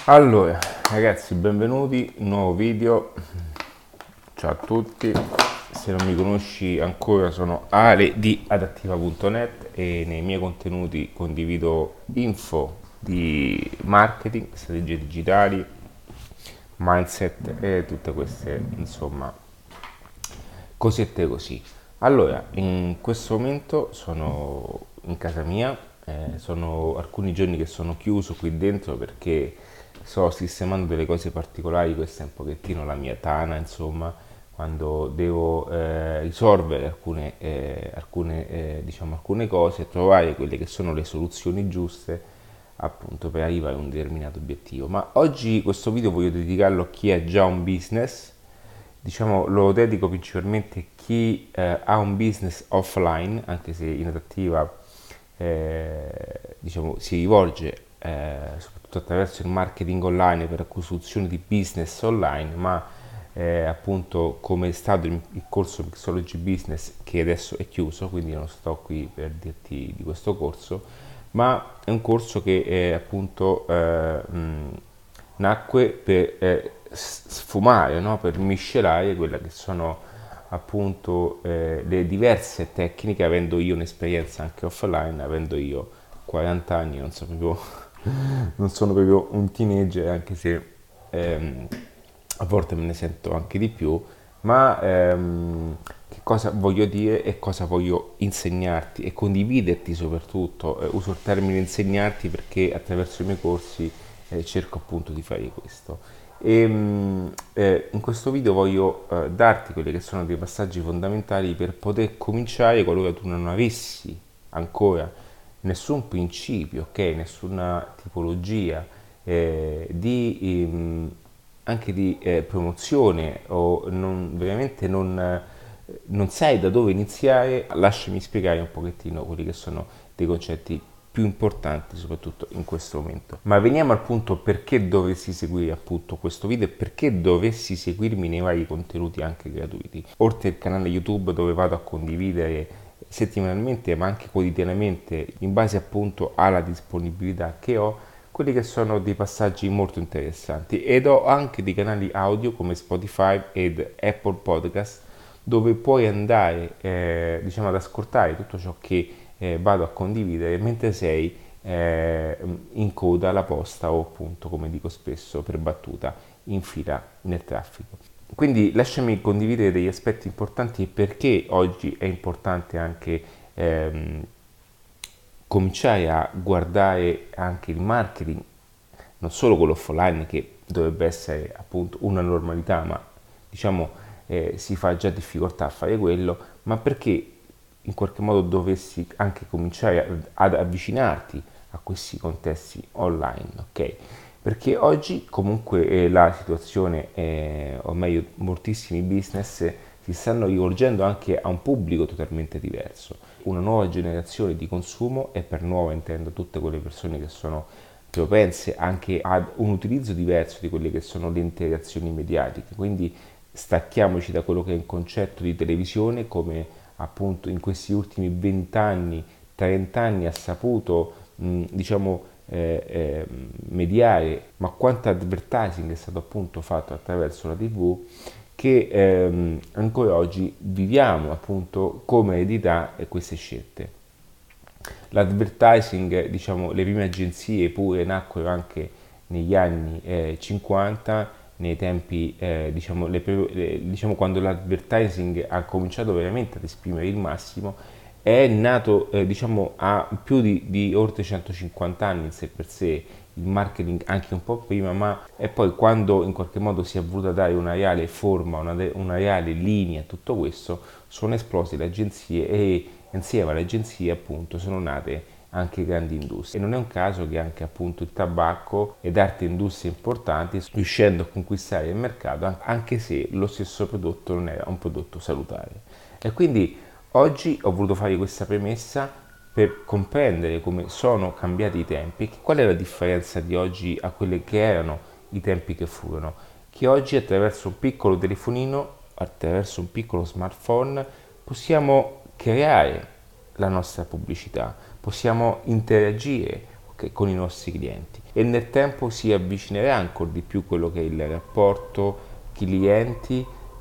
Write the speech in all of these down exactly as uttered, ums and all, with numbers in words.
Allora, ragazzi, benvenuti, nuovo video. Ciao a tutti. Se non mi conosci ancora, sono Ale di adattiva punto net e nei miei contenuti condivido info di marketing, strategie digitali, mindset e tutte queste, insomma, cosette così. Allora, in questo momento sono in casa mia, eh, sono alcuni giorni che sono chiuso qui dentro perché sto sistemando delle cose particolari. Questa è un pochettino la mia tana, insomma, quando devo eh, risolvere alcune, eh, alcune, eh, diciamo, alcune cose e trovare quelle che sono le soluzioni giuste appunto per arrivare a un determinato obiettivo. Ma oggi questo video voglio dedicarlo a chi ha già un business. Diciamo, lo dedico principalmente a chi eh, ha un business offline, anche se in adattiva eh, diciamo, si rivolge eh, soprattutto attraverso il marketing online per acquisizione di business online, ma eh, appunto come è stato il, il corso Mixology Business, che adesso è chiuso, quindi non sto qui per dirti di questo corso, ma è un corso che eh, appunto eh, mh, nacque per eh, sfumare, no? Per miscelare quelle che sono appunto eh, le diverse tecniche, avendo io un'esperienza anche offline, avendo io quaranta anni, non so proprio, non sono proprio un teenager, anche se ehm, a volte me ne sento anche di più, ma ehm, che cosa voglio dire e cosa voglio insegnarti e condividerti soprattutto. Eh, uso il termine insegnarti perché attraverso i miei corsi eh, cerco appunto di fare questo. E mh, eh, in questo video voglio eh, darti quelli che sono dei passaggi fondamentali per poter cominciare qualora tu non avessi ancora nessun principio, ok, nessuna tipologia eh, di ehm, anche di eh, promozione o non, veramente non, eh, non sai da dove iniziare. Lasciami spiegare un pochettino quelli che sono dei concetti più importanti soprattutto in questo momento. Ma veniamo al punto: perché dovessi seguire appunto questo video e perché dovessi seguirmi nei vari contenuti anche gratuiti, oltre al canale YouTube dove vado a condividere settimanalmente ma anche quotidianamente, in base appunto alla disponibilità che ho, quelli che sono dei passaggi molto interessanti. Ed ho anche dei canali audio come Spotify ed Apple Podcast, dove puoi andare eh, diciamo ad ascoltare tutto ciò che eh, vado a condividere mentre sei eh, in coda alla posta o appunto, come dico spesso per battuta, in fila nel traffico. Quindi lasciami condividere degli aspetti importanti e perché oggi è importante anche ehm, cominciare a guardare anche il marketing, non solo quello offline che dovrebbe essere appunto una normalità, ma diciamo eh, si fa già difficoltà a fare quello, ma perché in qualche modo dovessi anche cominciare ad avvicinarti a questi contesti online, ok? Perché oggi comunque eh, la situazione, è, o meglio moltissimi business si stanno rivolgendo anche a un pubblico totalmente diverso, una nuova generazione di consumo, e per nuova intendo tutte quelle persone che sono propense anche ad un utilizzo diverso di quelle che sono le interazioni mediatiche. Quindi stacchiamoci da quello che è un concetto di televisione, come appunto in questi ultimi venti anni, trenta anni ha saputo mh, diciamo eh, eh, mediare, ma quanto advertising è stato appunto fatto attraverso la tivù, che ehm, ancora oggi viviamo appunto come eredità e queste scelte. L'advertising, diciamo, le prime agenzie pure nacquero anche negli anni eh, cinquanta, nei tempi, eh, diciamo, le, le, diciamo, quando l'advertising ha cominciato veramente ad esprimere il massimo. È nato, eh, diciamo, a più di, di oltre centocinquanta anni in sé per sé, il marketing anche un po' prima, ma e poi quando in qualche modo si è voluta dare una reale forma, una, una reale linea a tutto questo, sono esplose le agenzie e insieme alle agenzie appunto sono nate anche grandi industrie. E non è un caso che anche appunto il tabacco ed altre industrie importanti riuscendo a conquistare il mercato, anche se lo stesso prodotto non era un prodotto salutare. E quindi oggi ho voluto fare questa premessa per comprendere come sono cambiati i tempi, qual è la differenza di oggi a quelli che erano i tempi che furono, che oggi attraverso un piccolo telefonino, attraverso un piccolo smartphone, possiamo creare la nostra pubblicità, possiamo interagire okay, con i nostri clienti, e nel tempo si avvicinerà ancora di più quello che è il rapporto clienti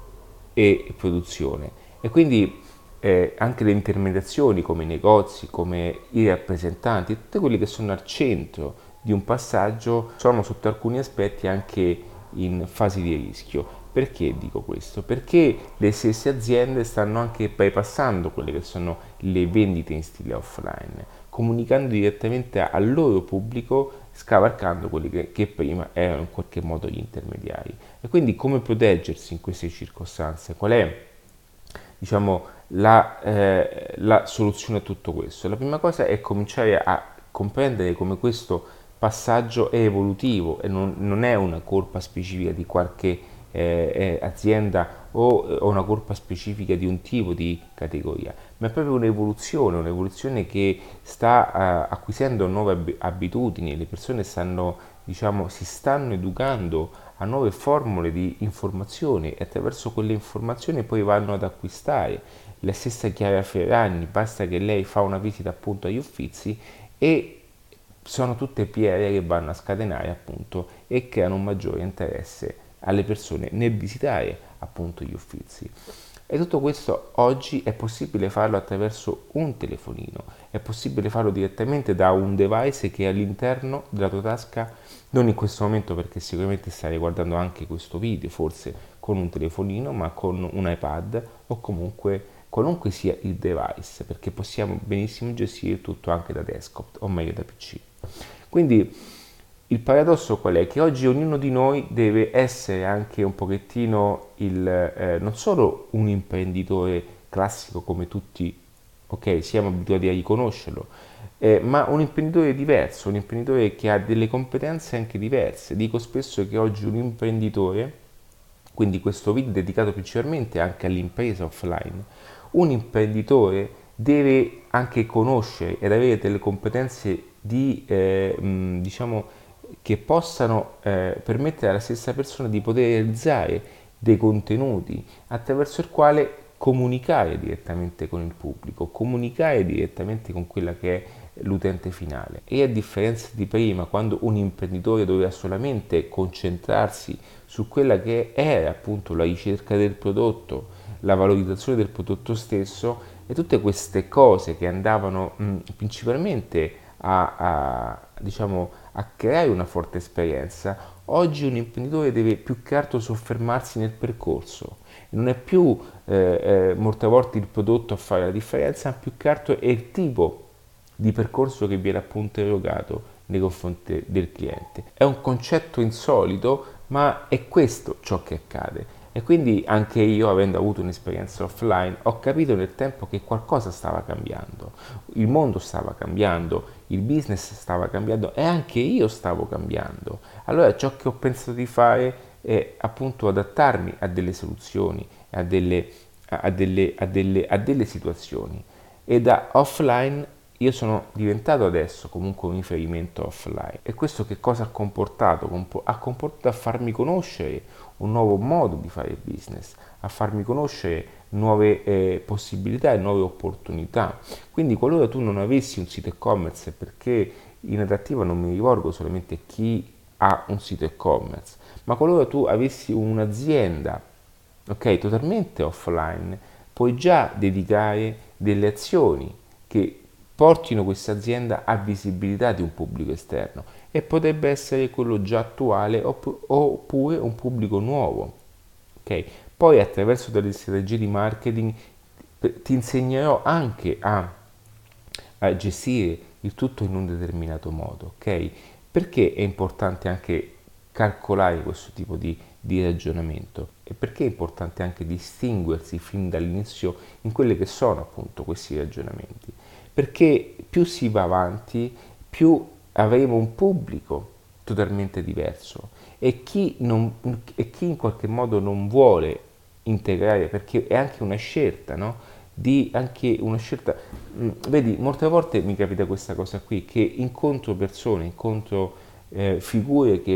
e produzione, e quindi eh, anche le intermediazioni come i negozi, come i rappresentanti, tutti quelli che sono al centro di un passaggio sono sotto alcuni aspetti anche in fasi di rischio. Perché dico questo? Perché le stesse aziende stanno anche bypassando quelle che sono le vendite in stile offline, comunicando direttamente al loro pubblico, scavalcando quelli che, che prima erano in qualche modo gli intermediari. E quindi come proteggersi in queste circostanze? Qual è, diciamo, la, eh, la soluzione a tutto questo? La prima cosa è cominciare a comprendere come questo passaggio è evolutivo e non, non è una colpa specifica di qualche eh, azienda o, o una colpa specifica di un tipo di categoria, ma è proprio un'evoluzione, un'evoluzione che sta uh, acquisendo nuove abitudini, le persone stanno, diciamo, si stanno educando a nuove formule di informazione e attraverso quelle informazioni poi vanno ad acquistare. La stessa Chiara Ferragni, basta che lei fa una visita appunto agli Uffizi e sono tutte P R che vanno a scatenare appunto e creano un maggiore interesse alle persone nel visitare appunto gli Uffizi. E tutto questo oggi è possibile farlo attraverso un telefonino, è possibile farlo direttamente da un device che è all'interno della tua tasca, non in questo momento perché sicuramente stai guardando anche questo video, forse con un telefonino, ma con un iPad o comunque qualunque sia il device, perché possiamo benissimo gestire tutto anche da desktop o meglio da P C. Quindi il paradosso qual è? Che oggi ognuno di noi deve essere anche un pochettino il, eh, non solo un imprenditore classico come tutti, ok, siamo abituati a riconoscerlo, eh, ma un imprenditore diverso, un imprenditore che ha delle competenze anche diverse. Dico spesso che oggi un imprenditore, quindi questo video è dedicato principalmente anche all'impresa offline, un imprenditore deve anche conoscere ed avere delle competenze di, eh, mh, diciamo, che possano eh, permettere alla stessa persona di poter realizzare dei contenuti attraverso il quale comunicare direttamente con il pubblico, comunicare direttamente con quella che è l'utente finale. E a differenza di prima, quando un imprenditore doveva solamente concentrarsi su quella che era appunto la ricerca del prodotto, la valorizzazione del prodotto stesso e tutte queste cose che andavano mh, principalmente a, a, diciamo, a creare una forte esperienza, oggi un imprenditore deve più che altro soffermarsi nel percorso. Non è più eh, eh, molte volte il prodotto a fare la differenza, ma più che altro è il tipo di percorso che viene appunto erogato nei confronti del cliente. È un concetto insolito, ma è questo ciò che accade. E quindi anche io, avendo avuto un'esperienza offline, ho capito nel tempo che qualcosa stava cambiando, il mondo stava cambiando, il business stava cambiando e anche io stavo cambiando. Allora ciò che ho pensato di fare è appunto adattarmi a delle soluzioni, a delle, a delle, a delle, a delle situazioni. E da offline io sono diventato adesso comunque un riferimento offline. E questo che cosa ha comportato? Ha comportato a farmi conoscere un nuovo modo di fare business, a farmi conoscere nuove eh, possibilità e nuove opportunità. Quindi qualora tu non avessi un sito e-commerce, perché in adattiva non mi rivolgo solamente a chi ha un sito e-commerce, ma qualora tu avessi un'azienda, ok, totalmente offline, puoi già dedicare delle azioni che portino questa azienda a visibilità di un pubblico esterno e potrebbe essere quello già attuale oppure un pubblico nuovo. Okay? Poi attraverso delle strategie di marketing ti insegnerò anche a, a gestire il tutto in un determinato modo. Okay? Perché è importante anche calcolare questo tipo di, di ragionamento e perché è importante anche distinguersi fin dall'inizio in quelli che sono appunto questi ragionamenti? Perché più si va avanti, più avremo un pubblico totalmente diverso e chi, non, e chi in qualche modo non vuole integrare, perché è anche una scelta, no? Di anche una scelta, vedi, molte volte mi capita questa cosa qui, che incontro persone, incontro eh, figure che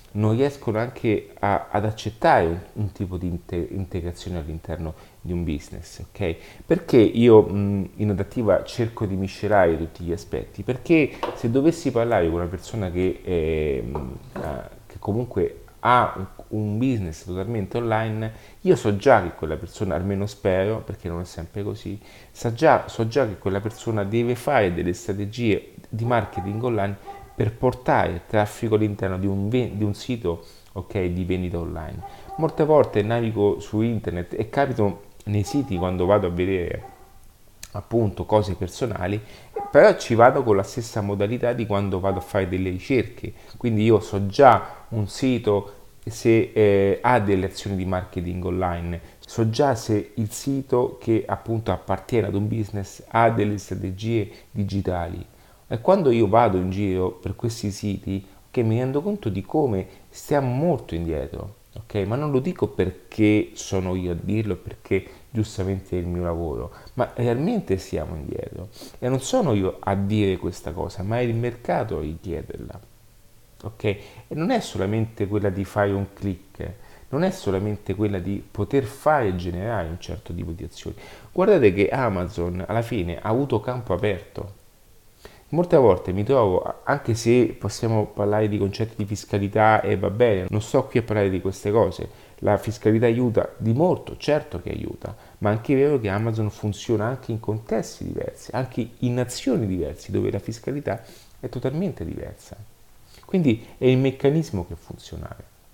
non riescono anche a- ad accettare un, un tipo di inte- integrazione all'interno di un business, ok? Perché io mh, in adattiva cerco di miscelare tutti gli aspetti? Perché se dovessi parlare con una persona che, eh, mh, ha- che comunque ha un, un business totalmente online, io so già che quella persona, almeno spero, perché non è sempre così, sa già, so già che quella persona deve fare delle strategie di marketing online per portare traffico all'interno di un, ve- di un sito, ok, di vendita online. Molte volte navigo su internet e capito nei siti quando vado a vedere appunto cose personali, però ci vado con la stessa modalità di quando vado a fare delle ricerche. Quindi io so già un sito se eh, ha delle azioni di marketing online, so già se il sito che appunto appartiene ad un business ha delle strategie digitali. E quando io vado in giro per questi siti, che mi rendo conto di come stiamo molto indietro, ok? Ma non lo dico perché sono io a dirlo, perché giustamente è il mio lavoro, ma realmente siamo indietro. E non sono io a dire questa cosa, ma è il mercato a richiederla, ok? E non è solamente quella di fare un click, non è solamente quella di poter fare e generare un certo tipo di azioni. Guardate che Amazon alla fine ha avuto campo aperto. Molte volte mi trovo, anche se possiamo parlare di concetti di fiscalità e va bene, non sto qui a parlare di queste cose, la fiscalità aiuta di molto, certo che aiuta, ma anche è vero che Amazon funziona anche in contesti diversi, anche in nazioni diverse, dove la fiscalità è totalmente diversa. Quindi è il meccanismo che funziona.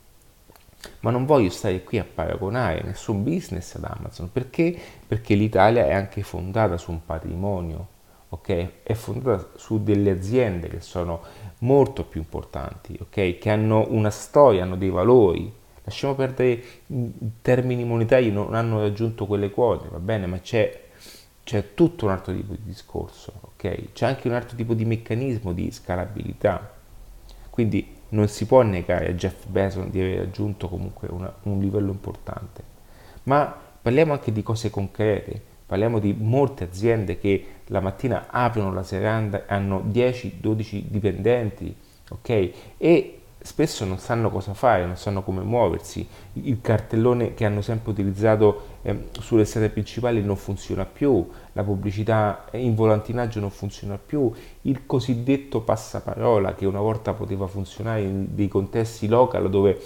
Ma non voglio stare qui a paragonare nessun business ad Amazon, perché? Perché l'Italia è anche fondata su un patrimonio, ok? È fondata su delle aziende che sono molto più importanti, ok? Che hanno una storia, hanno dei valori. Lasciamo perdere i termini monetari, non hanno raggiunto quelle quote, va bene, ma c'è, c'è tutto un altro tipo di discorso, ok? C'è anche un altro tipo di meccanismo di scalabilità. Quindi non si può negare a Jeff Bezos di aver raggiunto comunque una- un livello importante. Ma parliamo anche di cose concrete, parliamo di molte aziende che la mattina aprono la serranda e hanno dieci dodici dipendenti, ok? E spesso non sanno cosa fare, non sanno come muoversi. Il cartellone che hanno sempre utilizzato ehm, sulle strade principali non funziona più, la pubblicità in volantinaggio non funziona più, il cosiddetto passaparola che una volta poteva funzionare in dei contesti local dove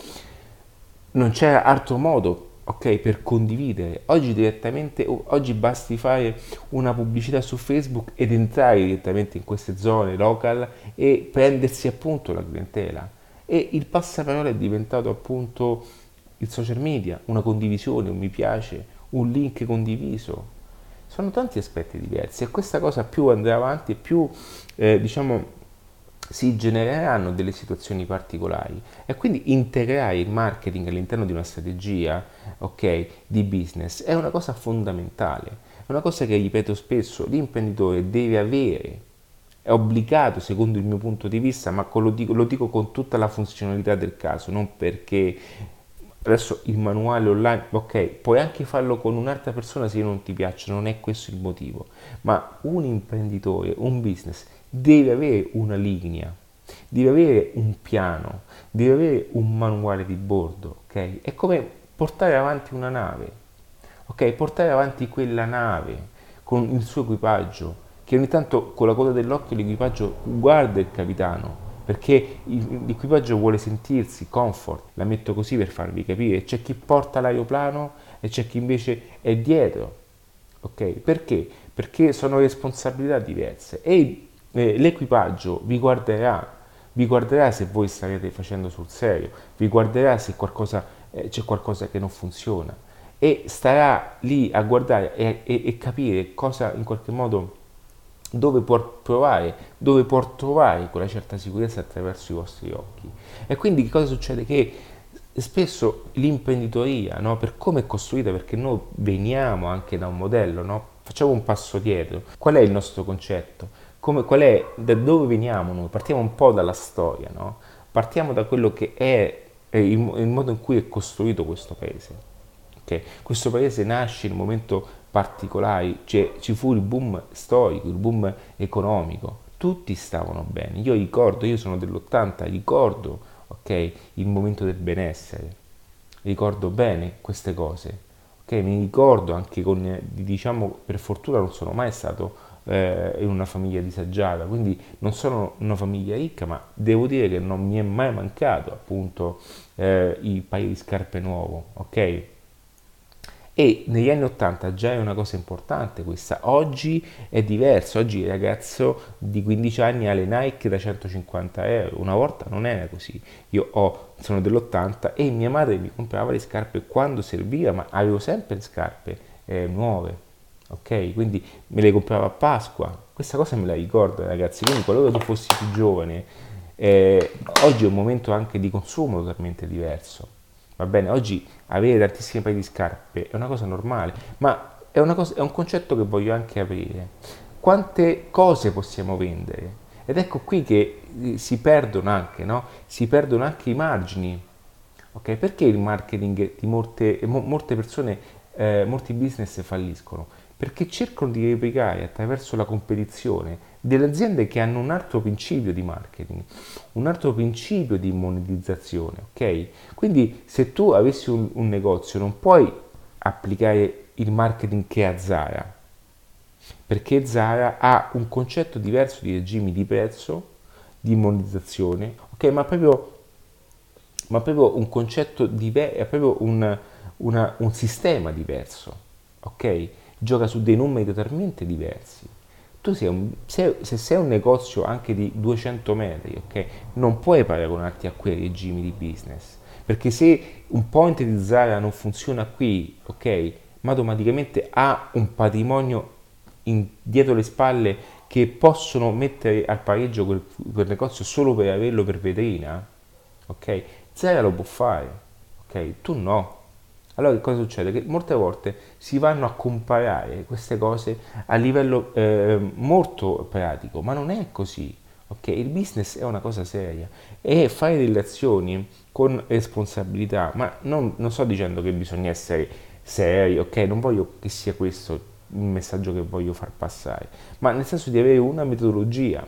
non c'era altro modo, ok, per condividere. Oggi direttamente, oggi basti fare una pubblicità su Facebook ed entrare direttamente in queste zone local e prendersi appunto la clientela. E il passaparola è diventato appunto il social media, una condivisione, un mi piace, un link condiviso. Sono tanti aspetti diversi e questa cosa più andrà avanti e più, eh, diciamo, si genereranno delle situazioni particolari e quindi integrare il marketing all'interno di una strategia, ok, di business è una cosa fondamentale, è una cosa che ripeto spesso, l'imprenditore deve avere, è obbligato secondo il mio punto di vista, ma lo dico, lo dico con tutta la funzionalità del caso, non perché adesso il manuale online, ok, puoi anche farlo con un'altra persona se non ti piace, non è questo il motivo, ma un imprenditore, un business deve avere una linea, deve avere un piano, deve avere un manuale di bordo, ok? È come portare avanti una nave, ok? Portare avanti quella nave con il suo equipaggio, che ogni tanto con la coda dell'occhio l'equipaggio guarda il capitano, perché l'equipaggio vuole sentirsi comfort, la metto così per farvi capire, c'è chi porta l'aeroplano e c'è chi invece è dietro, ok? Perché? Perché sono responsabilità diverse e eh, l'equipaggio vi guarderà, vi guarderà se voi starete facendo sul serio, vi guarderà se qualcosa, eh, c'è qualcosa che non funziona e starà lì a guardare e, e, e capire cosa in qualche modo dove può provare, dove può trovare quella certa sicurezza attraverso i vostri occhi. E quindi che cosa succede? Che spesso l'imprenditoria, no, per come è costruita, perché noi veniamo anche da un modello, no? Facciamo un passo dietro. Qual è il nostro concetto? Come, qual è, da dove veniamo noi? Partiamo un po' dalla storia, no? Partiamo da quello che è, è il, il modo in cui è costruito questo paese. Okay? Questo paese nasce in un momento particolare, cioè ci fu il boom storico, il boom economico, tutti stavano bene. Io ricordo, io sono dell'ottanta, ricordo, ok? Il momento del benessere. Ricordo bene queste cose, ok? Mi ricordo anche con, diciamo, per fortuna non sono mai stato eh, in una famiglia disagiata, quindi non sono una famiglia ricca, ma devo dire che non mi è mai mancato appunto eh, il paio di scarpe nuovo, ok? E negli anni ottanta già è una cosa importante questa, oggi è diverso, oggi il ragazzo di quindici anni ha le Nike da centocinquanta euro, una volta non era così, io ho, sono dell'ottanta e mia madre mi comprava le scarpe quando serviva, ma avevo sempre le scarpe eh, nuove, ok? Quindi me le comprava a Pasqua, questa cosa me la ricordo ragazzi, quindi qualora tu fossi più giovane, eh, oggi è un momento anche di consumo totalmente diverso. Va bene, oggi avere tantissimi paia di scarpe è una cosa normale, ma è, una cosa, è un concetto che voglio anche aprire. Quante cose possiamo vendere? Ed ecco qui che eh, si perdono anche, no? Si perdono anche i margini. Ok? Perché il marketing di molte, mo- molte persone, eh, molti business falliscono? Perché cercano di replicare attraverso la competizione delle aziende che hanno un altro principio di marketing, un altro principio di monetizzazione, ok? Quindi se tu avessi un, un negozio non puoi applicare il marketing che ha Zara, perché Zara ha un concetto diverso di regimi di prezzo, di monetizzazione, ok? Ma proprio, ma proprio un concetto diverso, è proprio un, una- un sistema diverso, ok? Gioca su dei numeri totalmente diversi. Tu sei un- se, se sei un negozio anche di duecento metri, ok? Non puoi paragonarti a quei regimi di business, perché se un point di Zara non funziona qui, ok? Ma automaticamente ha un patrimonio in- dietro le spalle che possono mettere al pareggio quel, quel negozio solo per averlo per vetrina, ok? Zara lo può fare, ok? Tu no. Allora che cosa succede? Che molte volte si vanno a comparare queste cose a livello eh, molto pratico, ma non è così, ok? Il business è una cosa seria e fare delle azioni con responsabilità, ma non, non sto dicendo che bisogna essere seri, ok? Non voglio che sia questo il messaggio che voglio far passare, ma nel senso di avere una metodologia,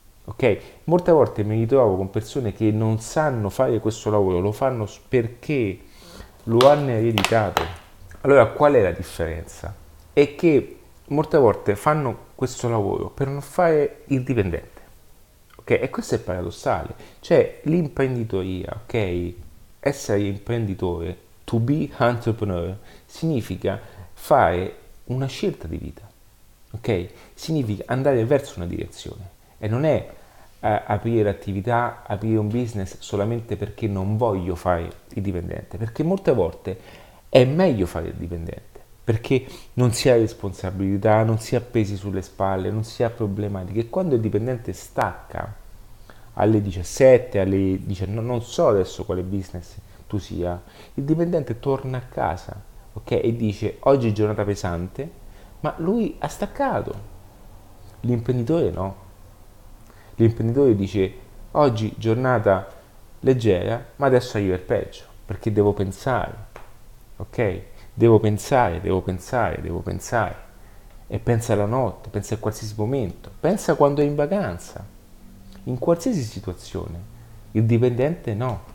ok? Molte volte mi ritrovo con persone che non sanno fare questo lavoro, lo fanno perché lo hanno ereditato. Allora, qual è la differenza? È che molte volte fanno questo lavoro per non fare il dipendente, ok? E questo è paradossale. Cioè, l'imprenditoria, ok? Essere imprenditore, to be entrepreneur, significa fare una scelta di vita, ok? Significa andare verso una direzione e non è eh, aprire l'attività, aprire un business solamente perché non voglio fare il dipendente, perché molte volte è meglio fare il dipendente, perché non si ha responsabilità, non si ha pesi sulle spalle, non si ha problematiche e quando il dipendente stacca alle diciassette, alle diciannove, non so adesso quale business tu sia, il dipendente torna a casa, ok? E dice oggi è giornata pesante, ma lui ha staccato, l'imprenditore no. L'imprenditore dice oggi giornata leggera, ma adesso arriva il peggio, perché devo pensare, ok? Devo pensare, devo pensare, devo pensare. E pensa alla notte, pensa a qualsiasi momento, pensa quando è in vacanza, in qualsiasi situazione. Il dipendente no.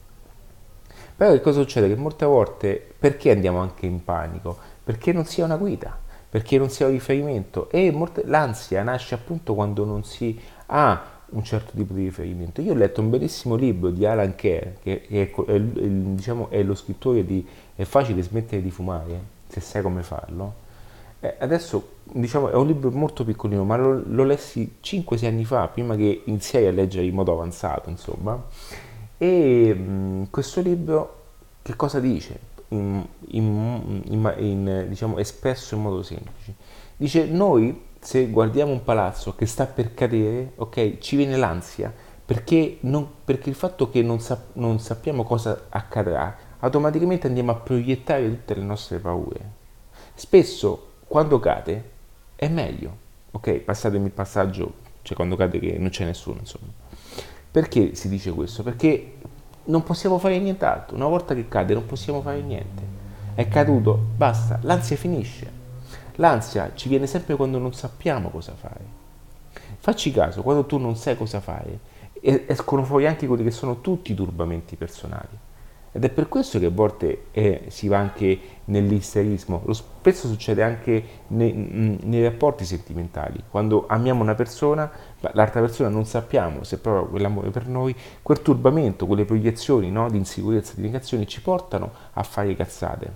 Però che cosa succede? Che molte volte perché andiamo anche in panico? Perché non si ha una guida, perché non si ha un riferimento e molte- l'ansia nasce appunto quando non si ha un certo tipo di riferimento. Io ho letto un bellissimo libro di Alan Kerr, che è, è- è- diciamo, è lo scrittore di È facile smettere di fumare, se sai come farlo. Eh, adesso diciamo è un libro molto piccolino, ma lo, lo lessi cinque sei anni fa, prima che iniziai a leggere in modo avanzato, insomma. E mh, questo libro che cosa dice? In, in- in- in, diciamo, espresso in modo semplice. Dice, noi se guardiamo un palazzo che sta per cadere, ok, ci viene l'ansia, perché, non- perché il fatto che non, sap- non sappiamo cosa accadrà, automaticamente andiamo a proiettare tutte le nostre paure. Spesso quando cade è meglio, ok? Passatemi il passaggio, cioè quando cade che non c'è nessuno, insomma. Perché si dice questo? Perché non possiamo fare nient'altro. Una volta che cade non possiamo fare niente. È caduto, basta, l'ansia finisce. L'ansia ci viene sempre quando non sappiamo cosa fare. Facci caso, quando tu non sai cosa fare e escono fuori anche quelli che sono tutti i turbamenti personali. Ed è per questo che a volte eh, si va anche nell'isterismo, lo spesso succede anche nei, mh, nei rapporti sentimentali, quando amiamo una persona, ma l'altra persona non sappiamo se proprio quell'amore per noi, quel turbamento, quelle proiezioni, no, di insicurezza, di negazione ci portano a fare cazzate,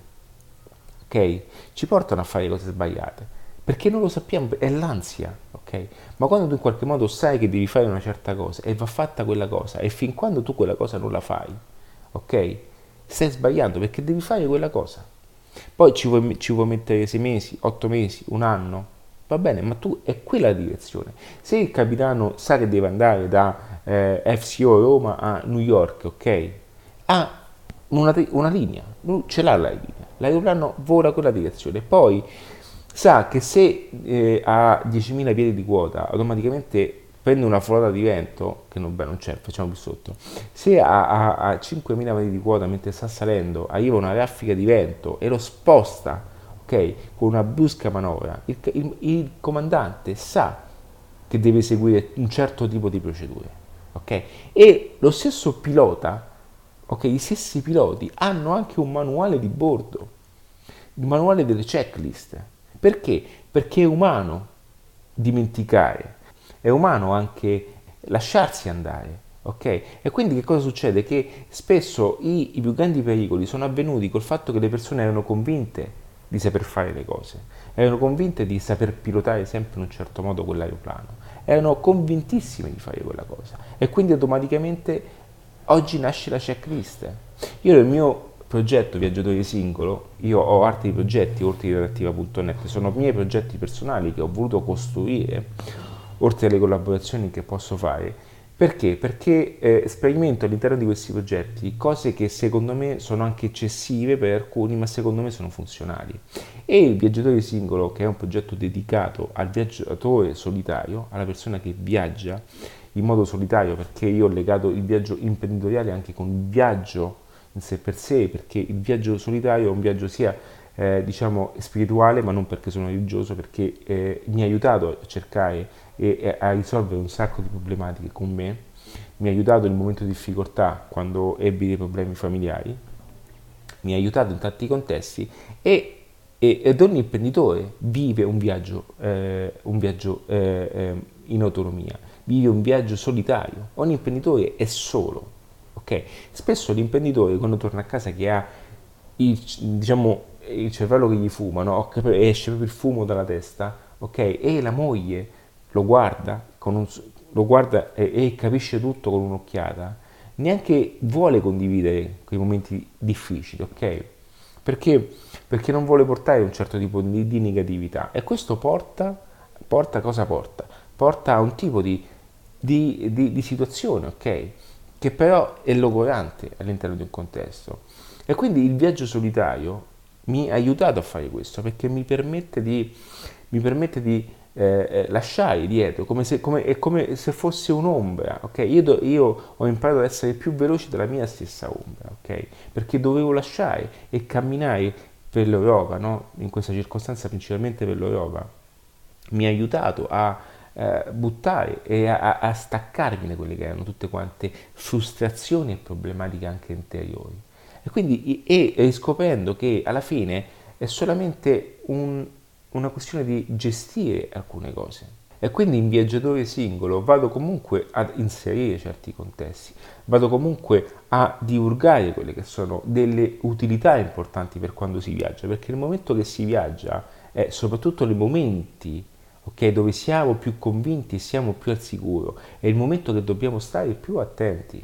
ok? Ci portano a fare cose sbagliate, perché non lo sappiamo, è l'ansia, ok? Ma quando tu in qualche modo sai che devi fare una certa cosa e va fatta quella cosa, e fin quando tu quella cosa non la fai, ok? Stai sbagliando perché devi fare quella cosa. Poi ci vuoi, ci vuoi mettere sei mesi, otto mesi, un anno, va bene, ma tu è quella la direzione. Se il capitano sa che deve andare da eh, F C O Roma a New York, ok? Ha una, una linea, ce l'ha la linea, l'aeroplano vola quella direzione. Poi sa che se eh, ha diecimila piedi di quota, automaticamente prende una folata di vento, che non, beh, non c'è, facciamo più sotto, se ha, ha, ha cinquemila metri di quota mentre sta salendo, arriva una raffica di vento e lo sposta, ok, con una brusca manovra, il, il, il comandante sa che deve seguire un certo tipo di procedure, ok? E lo stesso pilota, ok, i stessi piloti hanno anche un manuale di bordo, il manuale delle checklist. Perché? Perché è umano dimenticare, è umano anche lasciarsi andare, ok? E quindi che cosa succede? Che spesso i, i più grandi pericoli sono avvenuti col fatto che le persone erano convinte di saper fare le cose, erano convinte di saper pilotare sempre in un certo modo quell'aeroplano, erano convintissime di fare quella cosa e quindi automaticamente oggi nasce la checklist. Io nel mio progetto viaggiatore singolo, io ho altri progetti oltre di redattiva punto net, sono miei progetti personali che ho voluto costruire oltre alle collaborazioni che posso fare. Perché? Perché eh, sperimento all'interno di questi progetti cose che secondo me sono anche eccessive per alcuni, ma secondo me sono funzionali. E il viaggiatore singolo, che è un progetto dedicato al viaggiatore solitario, alla persona che viaggia in modo solitario, perché io ho legato il viaggio imprenditoriale anche con il viaggio in sé per sé, perché il viaggio solitario è un viaggio sia eh, diciamo spirituale, ma non perché sono religioso, perché eh, mi ha aiutato a cercare e, e a risolvere un sacco di problematiche con me, mi ha aiutato nel momento di difficoltà quando ebbi dei problemi familiari, mi ha aiutato in tanti contesti e, e, ed ogni imprenditore vive un viaggio, eh, un viaggio eh, eh, in autonomia, vive un viaggio solitario, ogni imprenditore è solo. Okay. Spesso l'imprenditore quando torna a casa che ha il, diciamo, il cervello che gli fuma, no? Esce proprio il fumo dalla testa, okay? E la moglie lo guarda, con un, lo guarda e, e capisce tutto con un'occhiata, neanche vuole condividere quei momenti difficili, ok? Perché? Perché non vuole portare un certo tipo di, di negatività e questo porta, porta cosa porta? Porta a un tipo di, di, di, di situazione, ok? Che però è logorante all'interno di un contesto. E quindi il viaggio solitario mi ha aiutato a fare questo perché mi permette di, mi permette di eh, lasciare dietro, come se, come, è come se fosse un'ombra, ok? Io, do, io ho imparato ad essere più veloce della mia stessa ombra, ok? Perché dovevo lasciare e camminare per l'Europa, no? In questa circostanza principalmente per l'Europa. Mi ha aiutato a eh, buttare e a, a staccarmi da quelle che erano tutte quante frustrazioni e problematiche anche interiori. E quindi e, e scoprendo che alla fine è solamente un, una questione di gestire alcune cose. E quindi in viaggiatore singolo vado comunque ad inserire certi contesti, vado comunque a divulgare quelle che sono delle utilità importanti per quando si viaggia, perché nel momento che si viaggia, è soprattutto nei momenti okay, dove siamo più convinti e siamo più al sicuro, è il momento che dobbiamo stare più attenti,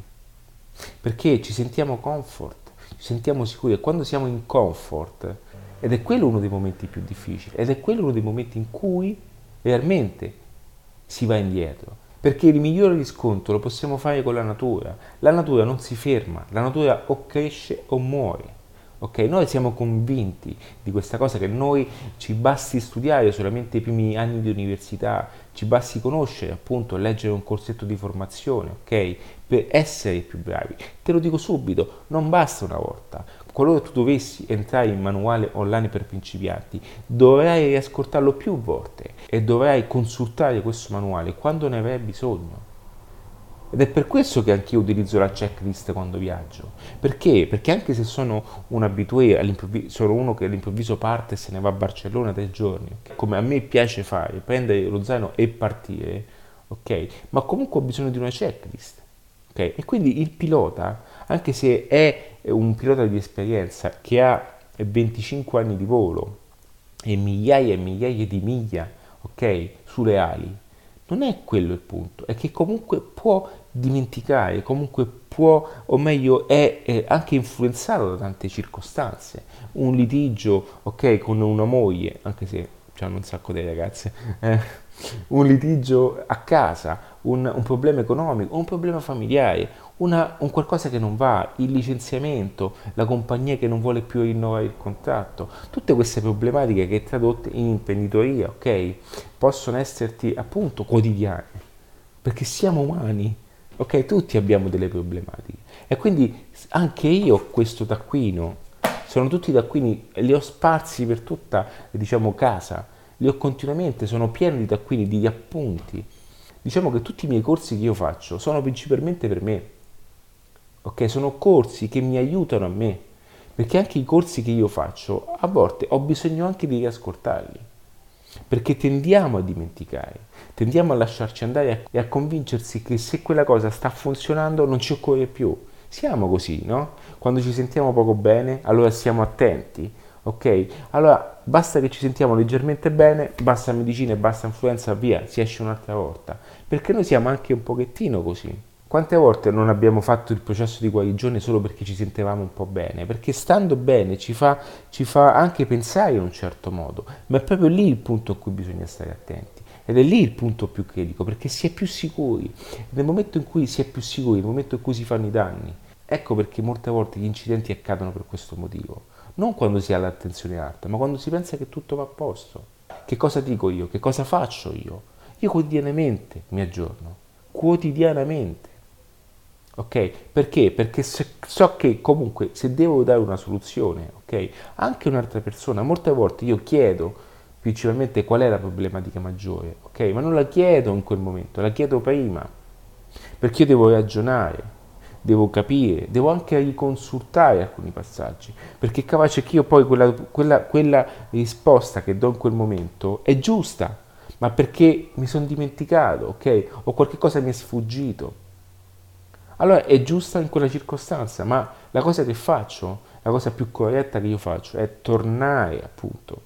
perché ci sentiamo comfort, ci sentiamo sicuri e quando siamo in comfort, ed è quello uno dei momenti più difficili, ed è quello uno dei momenti in cui realmente si va indietro, perché il migliore riscontro lo possiamo fare con la natura. La natura non si ferma, la natura o cresce o muore. Ok, noi siamo convinti di questa cosa, che noi ci basti studiare solamente i primi anni di università, ci basti conoscere, appunto, leggere un corsetto di formazione, ok, per essere più bravi. Te lo dico subito, non basta una volta. Qualora tu dovessi entrare in manuale online per principianti, dovrai riascoltarlo più volte e dovrai consultare questo manuale quando ne avrai bisogno. Ed è per questo che anch'io utilizzo la checklist quando viaggio. Perché? Perché anche se sono un abitué, all'improvviso, sono uno che all'improvviso parte e se ne va a Barcellona tre giorni, okay? Come a me piace fare, prendere lo zaino e partire, ok? Ma comunque ho bisogno di una checklist, ok? E quindi il pilota, anche se è un pilota di esperienza che ha venticinque anni di volo e migliaia e migliaia di miglia, ok, sulle ali, non è quello il punto, è che comunque può dimenticare, comunque può, o meglio, è, è anche influenzato da tante circostanze. Un litigio, ok, con una moglie, anche se hanno un sacco di ragazze, eh, un litigio a casa, un, un problema economico, un problema familiare, una, un qualcosa che non va, il licenziamento, la compagnia che non vuole più rinnovare il contratto, tutte queste problematiche che tradotte in imprenditoria, ok, possono esserti appunto quotidiane, perché siamo umani, ok, tutti abbiamo delle problematiche e quindi anche io ho questo taccuino, sono tutti taccuini, li ho sparsi per tutta, diciamo, casa, li ho continuamente, sono pieni di taccuini, di appunti. Diciamo che tutti i miei corsi che io faccio sono principalmente per me, ok? Sono corsi che mi aiutano a me, perché anche i corsi che io faccio a volte ho bisogno anche di riascoltarli, perché tendiamo a dimenticare, tendiamo a lasciarci andare e a convincersi che se quella cosa sta funzionando non ci occorre più. Siamo così, no? Quando ci sentiamo poco bene, allora siamo attenti, ok? Allora basta che ci sentiamo leggermente bene, basta medicina e basta influenza, via, si esce un'altra volta, perché noi siamo anche un pochettino così. Quante volte non abbiamo fatto il processo di guarigione solo perché ci sentivamo un po' bene? Perché stando bene ci fa, ci fa anche pensare in un certo modo, ma è proprio lì il punto in cui bisogna stare attenti. Ed è lì il punto più critico, perché si è più sicuri. Nel momento in cui si è più sicuri, nel momento in cui si fanno i danni. Ecco perché molte volte gli incidenti accadono per questo motivo. Non quando si ha l'attenzione alta, ma quando si pensa che tutto va a posto. Che cosa dico io? Che cosa faccio io? Io quotidianamente mi aggiorno. Quotidianamente. Ok? Perché? Perché so che comunque se devo dare una soluzione, ok? Anche un'altra persona, molte volte io chiedo principalmente qual è la problematica maggiore, ok? Ma non la chiedo in quel momento, la chiedo prima, perché io devo ragionare, devo capire, devo anche riconsultare alcuni passaggi, perché capace che io poi quella, quella, quella risposta che do in quel momento è giusta, ma perché mi sono dimenticato, ok? O qualche cosa mi è sfuggito. Allora è giusta in quella circostanza, ma la cosa che faccio, la cosa più corretta che io faccio è tornare appunto,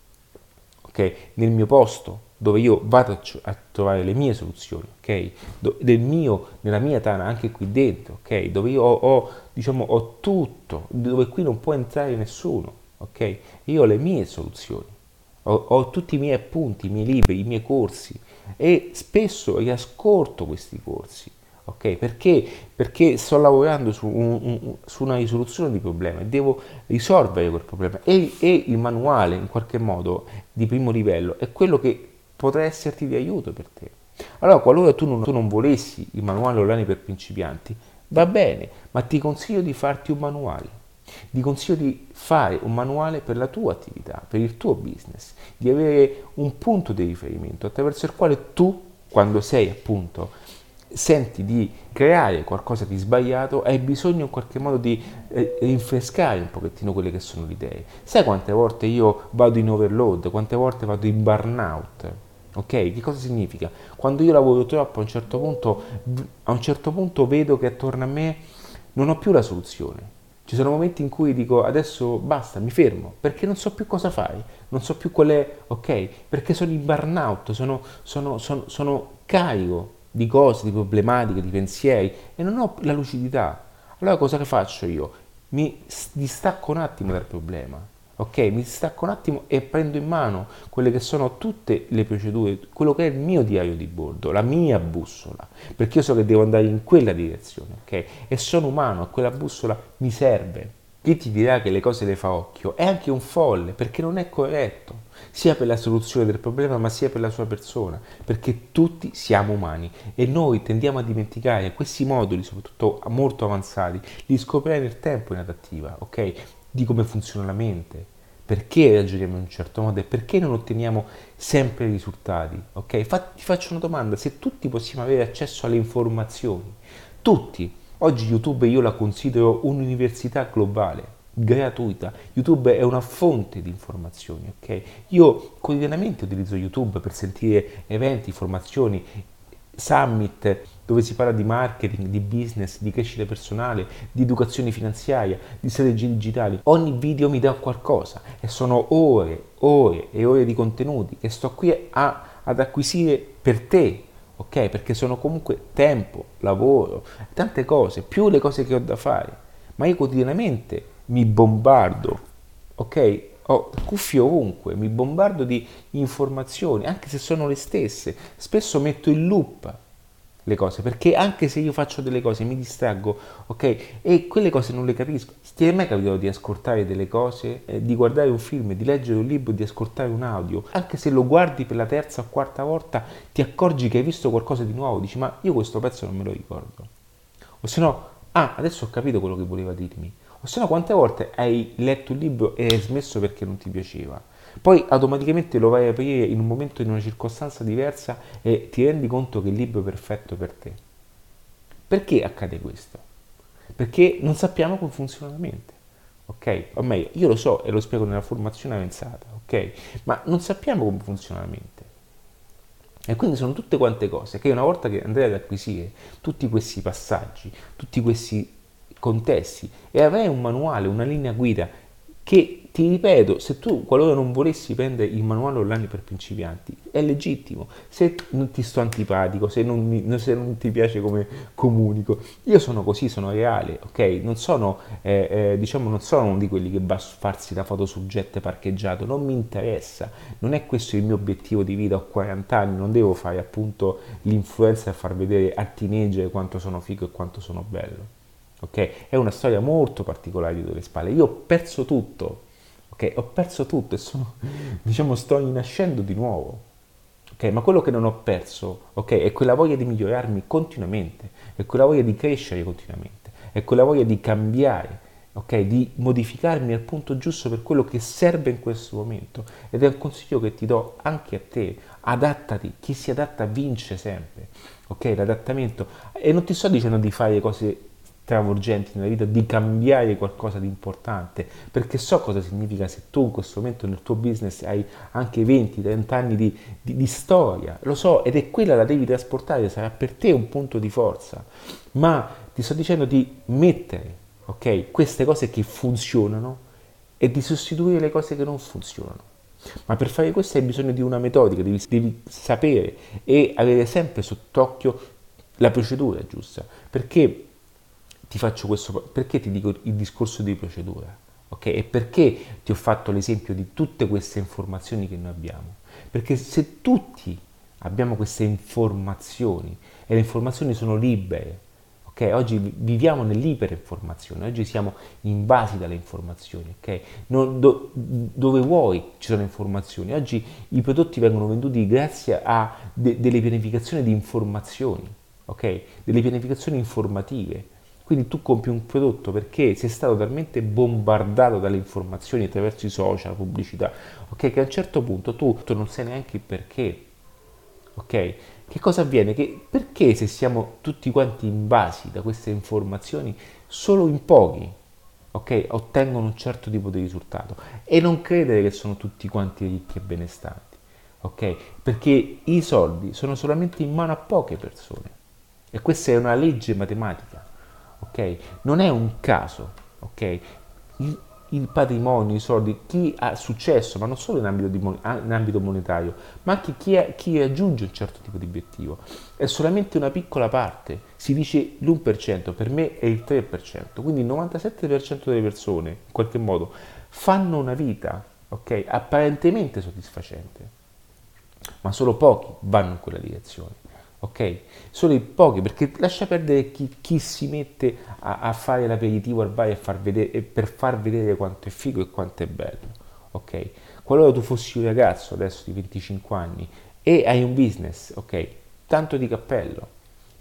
ok, nel mio posto dove io vado a, a trovare le mie soluzioni, ok, Do, del mio, nella mia tana anche qui dentro, ok, dove io ho, ho, diciamo, ho tutto, dove qui non può entrare nessuno, ok, io ho le mie soluzioni, ho, ho tutti i miei appunti, i miei libri, i miei corsi e spesso riascolto questi corsi. Ok, perché? Perché sto lavorando su, un, un, su una risoluzione di problema e devo risolvere quel problema e, e il manuale in qualche modo di primo livello è quello che potrà esserti di aiuto per te. Allora qualora tu non, tu non volessi il manuale online per principianti, va bene, ma ti consiglio di farti un manuale, ti consiglio di fare un manuale per la tua attività, per il tuo business, di avere un punto di riferimento attraverso il quale tu, quando sei appunto senti di creare qualcosa di sbagliato, hai bisogno in qualche modo di eh, rinfrescare un pochettino quelle che sono le idee. Sai quante volte io vado in overload, quante volte vado in burnout? Ok? Che cosa significa? Quando io lavoro troppo a un certo punto, a un certo punto vedo che attorno a me non ho più la soluzione. Ci sono momenti in cui dico adesso basta, mi fermo, perché non so più cosa fare, non so più qual è, ok? Perché sono in burnout, sono, sono, sono, sono carico di cose, di problematiche, di pensieri e non ho la lucidità. Allora cosa che faccio io? Mi distacco un attimo dal problema, ok? Mi distacco un attimo e prendo in mano quelle che sono tutte le procedure, quello che è il mio diario di bordo, la mia bussola, perché io so che devo andare in quella direzione, ok? E sono umano e quella bussola mi serve. Chi ti dirà che le cose le fa occhio è anche un folle perché non è corretto, sia per la soluzione del problema ma sia per la sua persona, perché tutti siamo umani e noi tendiamo a dimenticare questi moduli, soprattutto molto avanzati, li scoprire nel tempo in adattiva, ok? Di come funziona la mente, perché ragioniamo in un certo modo e perché non otteniamo sempre risultati, ok? Fa- ti faccio una domanda: se tutti possiamo avere accesso alle informazioni, tutti, oggi YouTube io la considero un'università globale, gratuita. YouTube è una fonte di informazioni, ok? Io quotidianamente utilizzo YouTube per sentire eventi, informazioni, summit dove si parla di marketing, di business, di crescita personale, di educazione finanziaria, di strategie digitali. Ogni video mi dà qualcosa e sono ore, ore e ore di contenuti che sto qui a, ad acquisire per te, ok? Perché sono comunque tempo, lavoro, tante cose, più le cose che ho da fare. Ma io quotidianamente mi bombardo, ok? Ho cuffie ovunque, mi bombardo di informazioni, anche se sono le stesse. Spesso metto in loop le cose, perché anche se io faccio delle cose mi distraggo, ok? E quelle cose non le capisco. Ti è mai capitato di ascoltare delle cose, eh, di guardare un film, di leggere un libro, di ascoltare un audio? Anche se lo guardi per la terza o quarta volta, ti accorgi che hai visto qualcosa di nuovo, dici ma io questo pezzo non me lo ricordo. O se no, ah, adesso ho capito quello che voleva dirmi. O se no, quante volte hai letto un libro e hai smesso perché non ti piaceva? Poi automaticamente lo vai a aprire in un momento, in una circostanza diversa e ti rendi conto che il libro è perfetto per te. Perché accade questo? Perché non sappiamo come funziona la mente. Ok? O meglio, io lo so e lo spiego nella formazione avanzata, ok? Ma non sappiamo come funziona la mente. E quindi sono tutte quante cose che una volta che andrei ad acquisire tutti questi passaggi, tutti questi contesti e avrai un manuale, una linea guida che, ti ripeto, se tu qualora non volessi prendere il manuale online per principianti, è legittimo. Se non ti sto antipatico, se non, mi- se non ti piace come comunico, io sono così, sono reale, ok? Non sono, eh, eh, diciamo, non sono uno di quelli che va a farsi la foto sul jet parcheggiato, non mi interessa, non è questo il mio obiettivo di vita, ho quaranta anni, non devo fare appunto l'influencer a far vedere a teenager quanto sono figo e quanto sono bello. Ok? È una storia molto particolare dietro le spalle. Io ho perso tutto, ok? Ho perso tutto e sono, diciamo, sto rinascendo di nuovo. Ok? Ma quello che non ho perso, ok, è quella voglia di migliorarmi continuamente, è quella voglia di crescere continuamente, è quella voglia di cambiare, ok? Di modificarmi al punto giusto per quello che serve in questo momento. Ed è un consiglio che ti do anche a te: adattati, chi si adatta vince sempre, ok? L'adattamento. E non ti sto dicendo di fare cose travolgenti nella vita, di cambiare qualcosa di importante, perché so cosa significa se tu in questo momento nel tuo business hai anche venti trenta anni di, di, di storia, lo so, ed è quella, la devi trasportare, sarà per te un punto di forza, ma ti sto dicendo di mettere, ok, queste cose che funzionano e di sostituire le cose che non funzionano. Ma per fare questo hai bisogno di una metodica, devi, devi sapere e avere sempre sott'occhio la procedura giusta, perché ti faccio questo, perché ti dico il discorso di procedura, ok? E perché ti ho fatto l'esempio di tutte queste informazioni che noi abbiamo? Perché se tutti abbiamo queste informazioni e le informazioni sono libere, ok? Oggi viviamo nell'iperinformazione, oggi siamo invasi dalle informazioni, ok? Non- do- dove vuoi ci sono informazioni. Oggi i prodotti vengono venduti grazie a de- delle pianificazioni di informazioni, ok? Delle pianificazioni informative. Quindi tu compri un prodotto perché sei stato talmente bombardato dalle informazioni attraverso i social, la pubblicità, ok? Che a un certo punto tu, tu non sai neanche il perché, ok? Che cosa avviene? Che perché se siamo tutti quanti invasi da queste informazioni, solo in pochi, ok, ottengono un certo tipo di risultato? E non credere che sono tutti quanti ricchi e benestanti, ok? Perché i soldi sono solamente in mano a poche persone e questa è una legge matematica, ok? Non è un caso, ok? Il, il patrimonio, i soldi, chi ha successo, ma non solo in ambito, di mon- ah, in ambito monetario, ma anche chi, è- chi raggiunge un certo tipo di obiettivo, è solamente una piccola parte. Si dice l'uno per cento, per me è il tre per cento, quindi il novantasette per cento delle persone, in qualche modo, fanno una vita, ok? Apparentemente soddisfacente, ma solo pochi vanno in quella direzione, ok? Solo i pochi, perché lascia perdere chi, chi si mette a, a fare l'aperitivo al bar e far vedere, e per far vedere quanto è figo e quanto è bello, ok? Qualora tu fossi un ragazzo adesso di venticinque anni e hai un business, ok? Tanto di cappello. E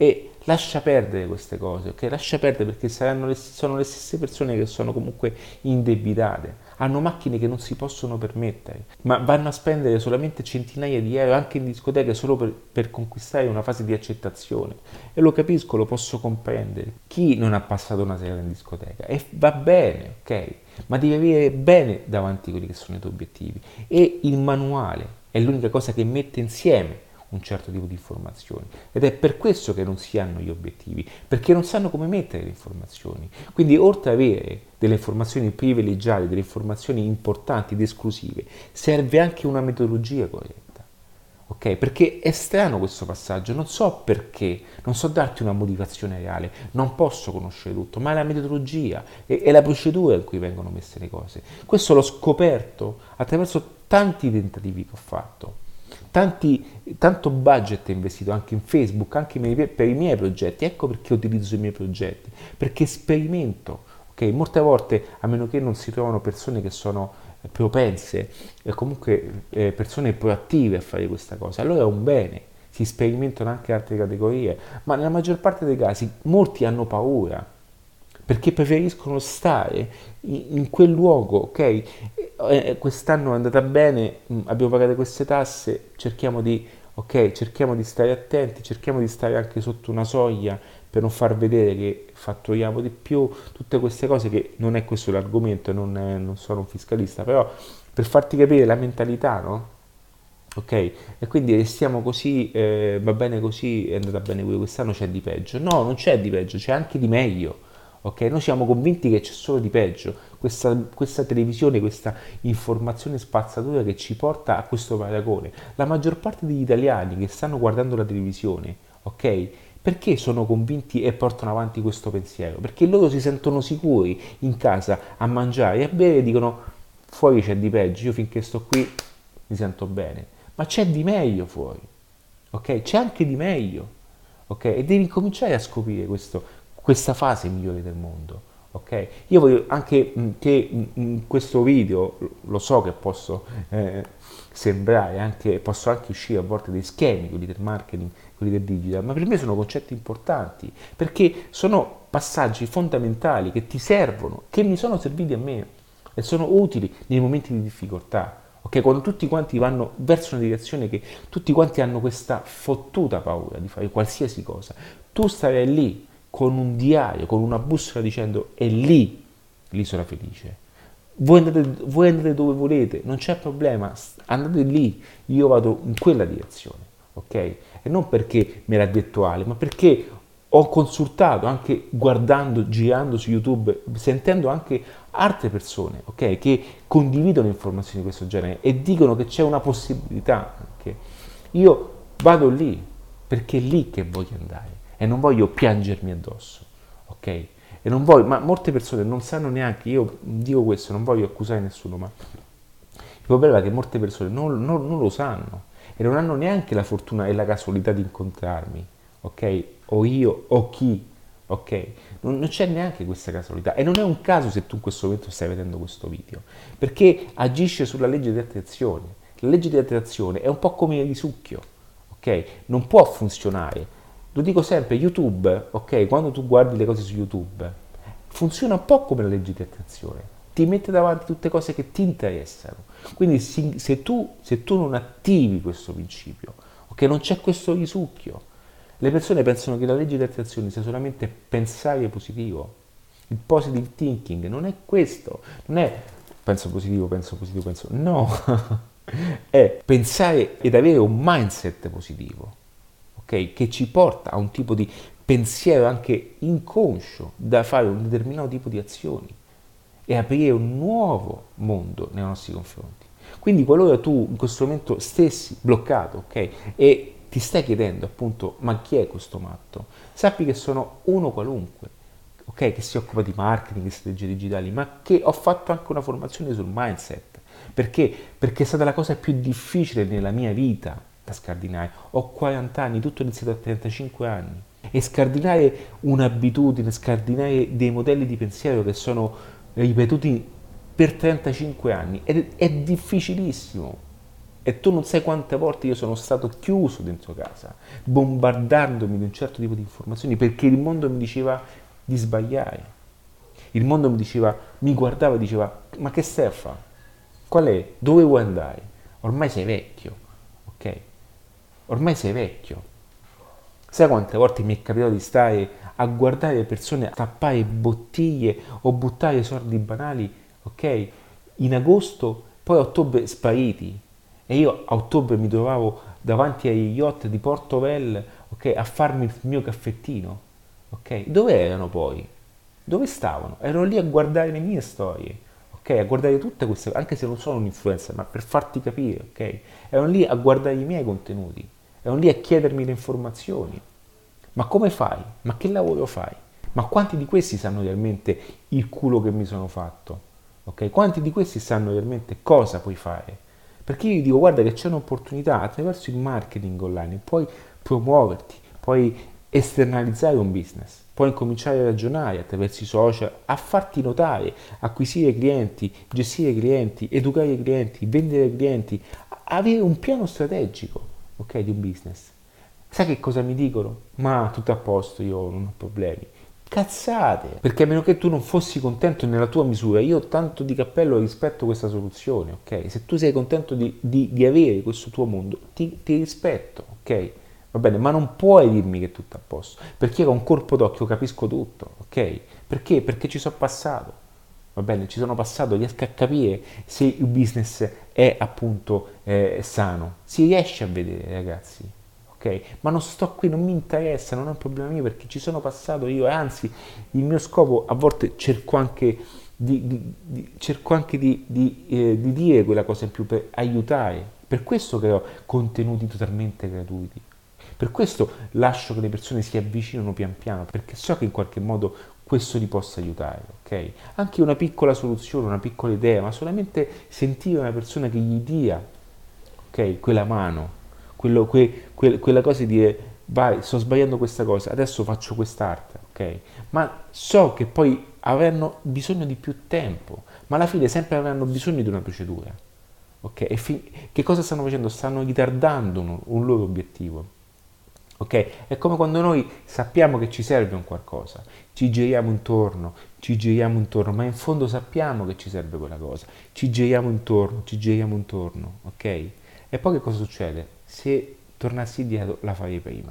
Lascia perdere queste cose, ok? Lascia perdere perché saranno le, sono le stesse persone che sono comunque indebitate, hanno macchine che non si possono permettere, ma vanno a spendere solamente centinaia di euro anche in discoteca solo per, per conquistare una fase di accettazione. E lo capisco, lo posso comprendere. Chi non ha passato una sera in discoteca? E va bene, ok? Ma devi avere bene davanti quelli che sono i tuoi obiettivi. E il manuale è l'unica cosa che mette insieme un certo tipo di informazioni, ed è per questo che non si hanno gli obiettivi, perché non sanno come mettere le informazioni. Quindi oltre ad avere delle informazioni privilegiate, delle informazioni importanti ed esclusive, serve anche una metodologia corretta, ok? Perché è strano questo passaggio, non so perché, non so darti una motivazione reale, non posso conoscere tutto, ma è la metodologia e, e la procedura in cui vengono messe le cose. Questo l'ho scoperto attraverso tanti tentativi che ho fatto. Tanti, tanto budget è investito anche in Facebook, anche per i miei progetti. Ecco perché utilizzo i miei progetti, perché sperimento. Okay? Molte volte, a meno che non si trovano persone che sono propense e comunque eh, persone proattive a fare questa cosa, allora è un bene, si sperimentano anche altre categorie, ma nella maggior parte dei casi molti hanno paura perché preferiscono stare in quel luogo, ok? Eh, quest'anno è andata bene, abbiamo pagato queste tasse, cerchiamo di, ok, cerchiamo di stare attenti, cerchiamo di stare anche sotto una soglia per non far vedere che fatturiamo di più, tutte queste cose che non è questo l'argomento, non, è, non sono un fiscalista, però per farti capire la mentalità, no? Ok? E quindi restiamo così, eh, va bene così, è andata bene pure quest'anno, c'è di peggio. No, non c'è di peggio, c'è anche di meglio. Ok? Noi siamo convinti che c'è solo di peggio. Questa, questa televisione, questa informazione spazzatura che ci porta a questo paragone. La maggior parte degli italiani che stanno guardando la televisione, ok? Perché sono convinti e portano avanti questo pensiero? Perché loro si sentono sicuri in casa a mangiare e a bere e dicono fuori c'è di peggio, io finché sto qui mi sento bene. Ma c'è di meglio fuori, ok? C'è anche di meglio, ok? E devi cominciare a scoprire questo, questa fase migliore del mondo, ok? Io voglio anche mh, che mh, in questo video, lo so che posso eh, sembrare, anche, posso anche uscire a volte dei schemi, quelli del marketing, quelli del digital, ma per me sono concetti importanti, perché sono passaggi fondamentali che ti servono, che mi sono serviti a me e sono utili nei momenti di difficoltà. Ok, quando tutti quanti vanno verso una direzione che tutti quanti hanno questa fottuta paura di fare qualsiasi cosa, tu starai lì con un diario, con una bussola dicendo è lì l'isola felice. Voi andate, voi andate dove volete, non c'è problema, andate lì, io vado in quella direzione, ok? E non perché me l'ha detto Ale, ma perché ho consultato anche guardando, girando su YouTube, sentendo anche altre persone, ok, che condividono informazioni di questo genere e dicono che c'è una possibilità. Okay? Io vado lì perché è lì che voglio andare e non voglio piangermi addosso, ok? E non voglio, ma molte persone non sanno neanche, io dico questo, non voglio accusare nessuno, ma il problema è che molte persone non, non, non lo sanno e non hanno neanche la fortuna e la casualità di incontrarmi, ok? O io o chi, ok? Non, non c'è neanche questa casualità e non è un caso se tu in questo momento stai vedendo questo video, perché agisce sulla legge di attrazione. La legge di attrazione è un po' come il risucchio, ok? Non può funzionare. Lo dico sempre, YouTube, ok? Quando tu guardi le cose su YouTube, funziona un po' come la legge di attrazione. Ti mette davanti tutte cose che ti interessano. Quindi se tu, se tu non attivi questo principio, ok? Non c'è questo risucchio. Le persone pensano che la legge di attrazione sia solamente pensare positivo. Il positive thinking non è questo, non è penso positivo, penso positivo, penso... No, è pensare ed avere un mindset positivo, ok? Che ci porta a un tipo di pensiero anche inconscio da fare un determinato tipo di azioni e aprire un nuovo mondo nei nostri confronti. Quindi qualora tu in questo momento stessi bloccato, ok? E ti stai chiedendo appunto ma chi è questo matto? Sappi che sono uno qualunque, ok? Che si occupa di marketing, di strategie digitali, ma che ho fatto anche una formazione sul mindset. Perché? Perché è stata la cosa più difficile nella mia vita da scardinare. Ho quaranta anni, tutto è iniziato a trentacinque anni. E scardinare un'abitudine, scardinare dei modelli di pensiero che sono ripetuti per trentacinque anni ed è difficilissimo. E tu non sai quante volte io sono stato chiuso dentro casa, bombardandomi di un certo tipo di informazioni perché il mondo mi diceva di sbagliare. Il mondo mi diceva, mi guardava e diceva, ma che stai a fare? Qual è? Dove vuoi andare? Ormai sei vecchio, ok? Ormai sei vecchio. Sai quante volte mi è capitato di stare a guardare le persone tappare bottiglie o buttare soldi banali, ok? In agosto, poi a ottobre spariti. E io a ottobre mi trovavo davanti ai yacht di Portovel, ok? A farmi il mio caffettino, ok? Dove erano poi? Dove stavano? Erano lì a guardare le mie storie, ok? A guardare tutte queste, anche se non sono un influencer, ma per farti capire, ok? Erano lì a guardare i miei contenuti, erano lì a chiedermi le informazioni. Ma come fai? Ma che lavoro fai? Ma quanti di questi sanno realmente il culo che mi sono fatto? Ok? Quanti di questi sanno realmente cosa puoi fare? Perché io gli dico, guarda che c'è un'opportunità attraverso il marketing online, puoi promuoverti, puoi esternalizzare un business, puoi incominciare a ragionare attraverso i social, a farti notare, acquisire clienti, gestire clienti, educare i clienti, vendere clienti, avere un piano strategico, ok, di un business. Sai che cosa mi dicono? Ma tutto a posto, io non ho problemi. Cazzate! Perché a meno che tu non fossi contento nella tua misura, io tanto di cappello rispetto questa soluzione, ok? Se tu sei contento di, di, di avere questo tuo mondo, ti, ti rispetto, ok? Va bene, ma non puoi dirmi che è tutto a posto, perché io con un colpo d'occhio capisco tutto, ok? Perché? Perché ci sono passato, va bene, ci sono passato, riesco a capire se il business è appunto eh, sano. Si riesce a vedere, ragazzi. Ok? Ma non sto qui, non mi interessa, non è un problema mio perché ci sono passato io e anzi il mio scopo a volte cerco anche di, di, di, cerco anche di, di, eh, di dire quella cosa in più per aiutare. Per questo creo contenuti totalmente gratuiti. Per questo lascio che le persone si avvicinino pian piano, perché so che in qualche modo questo li possa aiutare, ok? Anche una piccola soluzione, una piccola idea, ma solamente sentire una persona che gli dia, ok, quella mano, quello, que, que, quella cosa di dire, vai, sto sbagliando questa cosa, adesso faccio quest'arte, ok? Ma so che poi avranno bisogno di più tempo, ma alla fine sempre avranno bisogno di una procedura, ok? E fi- che cosa stanno facendo? Stanno ritardando un, un loro obiettivo. Ok? È come quando noi sappiamo che ci serve un qualcosa, ci giriamo intorno, ci giriamo intorno, ma in fondo sappiamo che ci serve quella cosa, ci giriamo intorno, ci giriamo intorno, ok? E poi che cosa succede? Se tornassi indietro la farei prima,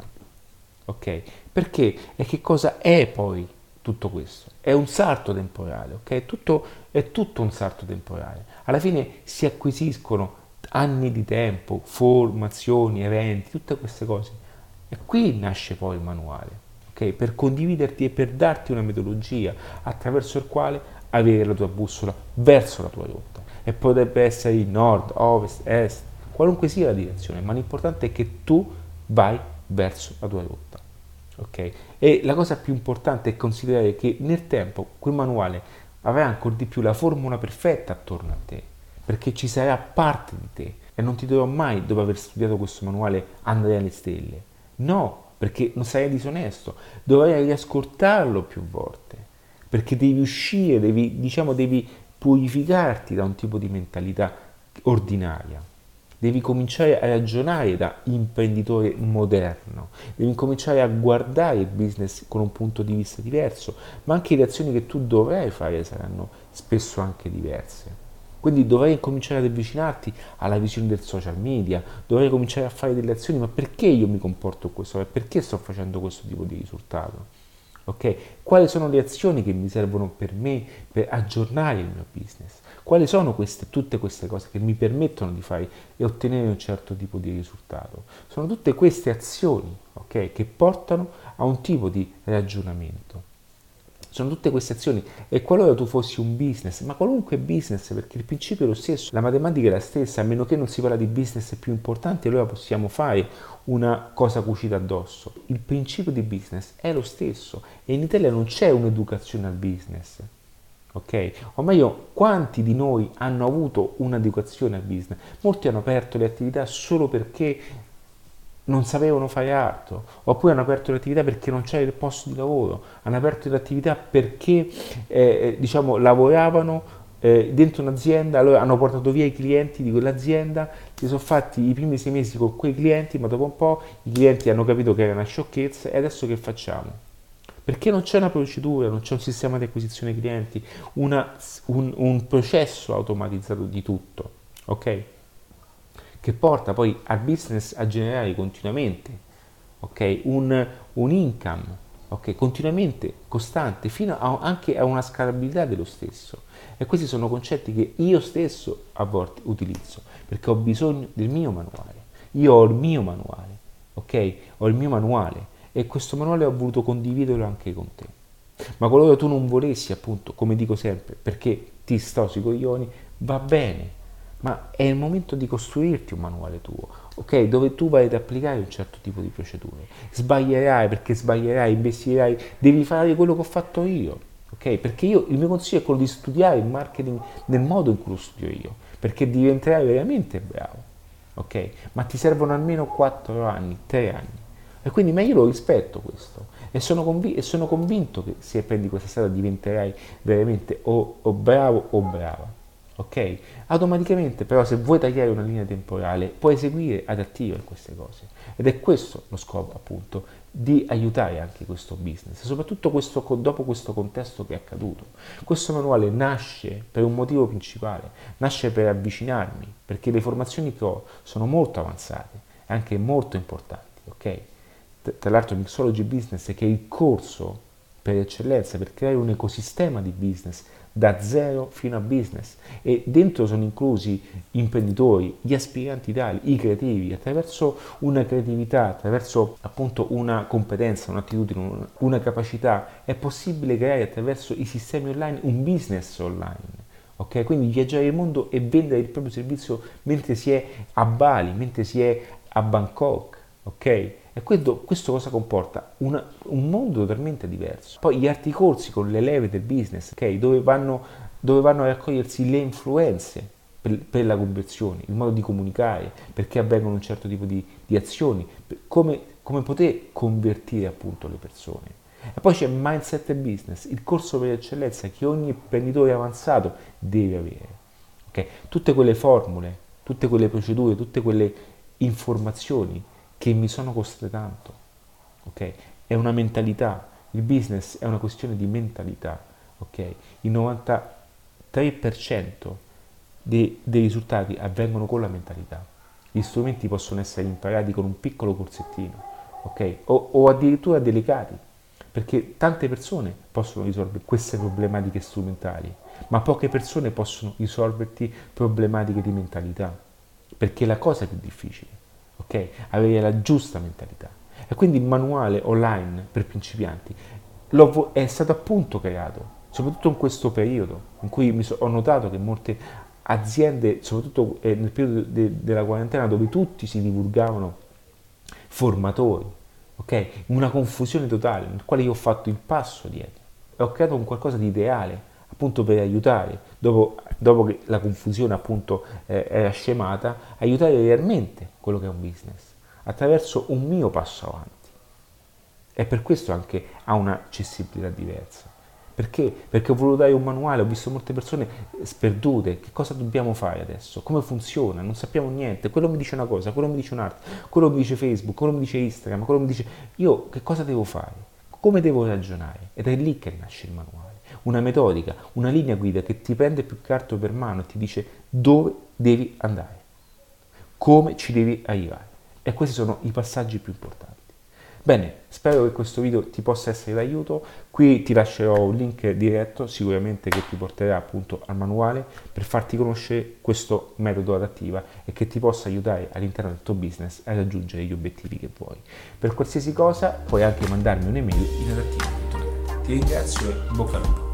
ok? Perché? E che cosa è poi tutto questo? È un salto temporale, ok? È tutto, è tutto un salto temporale. Alla fine si acquisiscono anni di tempo, formazioni, eventi, tutte queste cose. E qui nasce poi il manuale, ok? Per condividerti e per darti una metodologia attraverso il quale avere la tua bussola verso la tua rotta. E potrebbe essere il nord, ovest, est, qualunque sia la direzione, ma l'importante è che tu vai verso la tua rotta. Ok? E la cosa più importante è considerare che nel tempo quel manuale avrà ancora di più la formula perfetta attorno a te, perché ci sarà parte di te e non ti dirò mai dopo aver studiato questo manuale andare alle stelle. No, perché non sarai disonesto, dovrai riascoltarlo più volte, perché devi uscire, devi, diciamo, devi purificarti da un tipo di mentalità ordinaria. Devi cominciare a ragionare da imprenditore moderno, devi cominciare a guardare il business con un punto di vista diverso, ma anche le azioni che tu dovrai fare saranno spesso anche diverse. Quindi dovrai cominciare ad avvicinarti alla visione del social media, dovrai cominciare a fare delle azioni, ma perché io mi comporto questo? Perché sto facendo questo tipo di risultato? Ok? Quali sono le azioni che mi servono per me per aggiornare il mio business? Quali sono queste, tutte queste cose che mi permettono di fare e ottenere un certo tipo di risultato? Sono tutte queste azioni, ok, che portano a un tipo di ragionamento. Sono tutte queste azioni e qualora tu fossi un business, ma qualunque business, perché il principio è lo stesso, la matematica è la stessa, a meno che non si parla di business più importanti, allora possiamo fare una cosa cucita addosso. Il principio di business è lo stesso e in Italia non c'è un'educazione al business. Ok? O meglio, quanti di noi hanno avuto un'educazione al business? Molti hanno aperto le attività solo perché non sapevano fare altro, oppure hanno aperto le attività perché non c'era il posto di lavoro, hanno aperto le attività perché eh, diciamo lavoravano eh, dentro un'azienda, allora hanno portato via i clienti di quell'azienda, si sono fatti i primi sei mesi con quei clienti, ma dopo un po' i clienti hanno capito che era una sciocchezza e adesso che facciamo? Perché non c'è una procedura, non c'è un sistema di acquisizione clienti, una- un, un processo automatizzato di tutto, ok? Che porta poi al business a generare continuamente, ok? Un, un income, ok? Continuamente, costante, fino a, anche a una scalabilità dello stesso. E questi sono concetti che io stesso a volte utilizzo, perché ho bisogno del mio manuale. Io ho il mio manuale, ok? Ho il mio manuale e questo manuale ho voluto condividerlo anche con te. Ma qualora tu non volessi, appunto, come dico sempre, perché ti sto sui coglioni, va bene, ma è il momento di costruirti un manuale tuo, ok? Dove tu vai ad applicare un certo tipo di procedure. Sbaglierai perché sbaglierai, imbestirai, devi fare quello che ho fatto io, ok? Perché io, il mio consiglio è quello di studiare il marketing nel modo in cui lo studio io, perché diventerai veramente bravo, ok? Ma ti servono almeno quattro anni, tre anni. E quindi, ma io lo rispetto questo e sono, convi- e sono convinto che se prendi questa strada diventerai veramente o, o bravo o brava. Ok? Automaticamente però se vuoi tagliare una linea temporale puoi eseguire adattiva in queste cose ed è questo lo scopo appunto di aiutare anche questo business, soprattutto questo, dopo questo contesto che è accaduto. Questo manuale nasce per un motivo principale, nasce per avvicinarmi, perché le formazioni che ho sono molto avanzate e anche molto importanti, ok? Tra l'altro Mixology Business che è il corso per eccellenza per creare un ecosistema di business da zero fino a business e dentro sono inclusi imprenditori, gli aspiranti tali, i creativi, attraverso una creatività, attraverso appunto una competenza, un'attitudine, una capacità è possibile creare attraverso i sistemi online un business online. Ok, quindi viaggiare il mondo e vendere il proprio servizio mentre si è a Bali, mentre si è a Bangkok, ok? E questo, questo cosa comporta? Una- un mondo totalmente diverso. Poi gli altri corsi con le leve del business, ok? Dove vanno, dove vanno a raccogliersi le influenze per, per la conversione, il modo di comunicare, perché avvengono un certo tipo di, di azioni, per- come, come poter convertire appunto le persone. E poi c'è Mindset e Business, il corso per eccellenza che ogni imprenditore avanzato deve avere. Ok? Tutte quelle formule, tutte quelle procedure, tutte quelle informazioni che mi sono costate tanto. Ok? È una mentalità, il business è una questione di mentalità. Ok? Il novantatré per cento dei, dei risultati avvengono con la mentalità. Gli strumenti possono essere imparati con un piccolo corsettino, ok? O, o addirittura delegati, perché tante persone possono risolvere queste problematiche strumentali, ma poche persone possono risolverti problematiche di mentalità, perché è la cosa più difficile, ok? Avere la giusta mentalità. E quindi il manuale online per principianti lo- è stato appunto creato, soprattutto in questo periodo, in cui mi so- ho notato che molte aziende, soprattutto eh, nel periodo de- della quarantena, dove tutti si divulgavano formatori, ok? Una confusione totale, nel quale io ho fatto il passo dietro e ho creato un qualcosa di ideale, appunto per aiutare, dopo, dopo che la confusione appunto eh, era scemata, aiutare realmente quello che è un business, attraverso un mio passo avanti. E per questo anche ha un'accessibilità diversa. Perché? Perché ho voluto dare un manuale, ho visto molte persone sperdute, che cosa dobbiamo fare adesso? Come funziona? Non sappiamo niente, quello mi dice una cosa, quello mi dice un'altra, quello mi dice Facebook, quello mi dice Instagram, quello mi dice... Io che cosa devo fare? Come devo ragionare? Ed è lì che nasce il manuale, una metodica, una linea guida che ti prende più carta per mano e ti dice dove devi andare, come ci devi arrivare. E questi sono i passaggi più importanti. Bene, spero che questo video ti possa essere d'aiuto. Qui ti lascerò un link diretto, sicuramente che ti porterà appunto al manuale per farti conoscere questo metodo adattiva e che ti possa aiutare all'interno del tuo business a raggiungere gli obiettivi che vuoi. Per qualsiasi cosa puoi anche mandarmi un'email in adattiva punto net. Ti ringrazio e in bocca al lupo.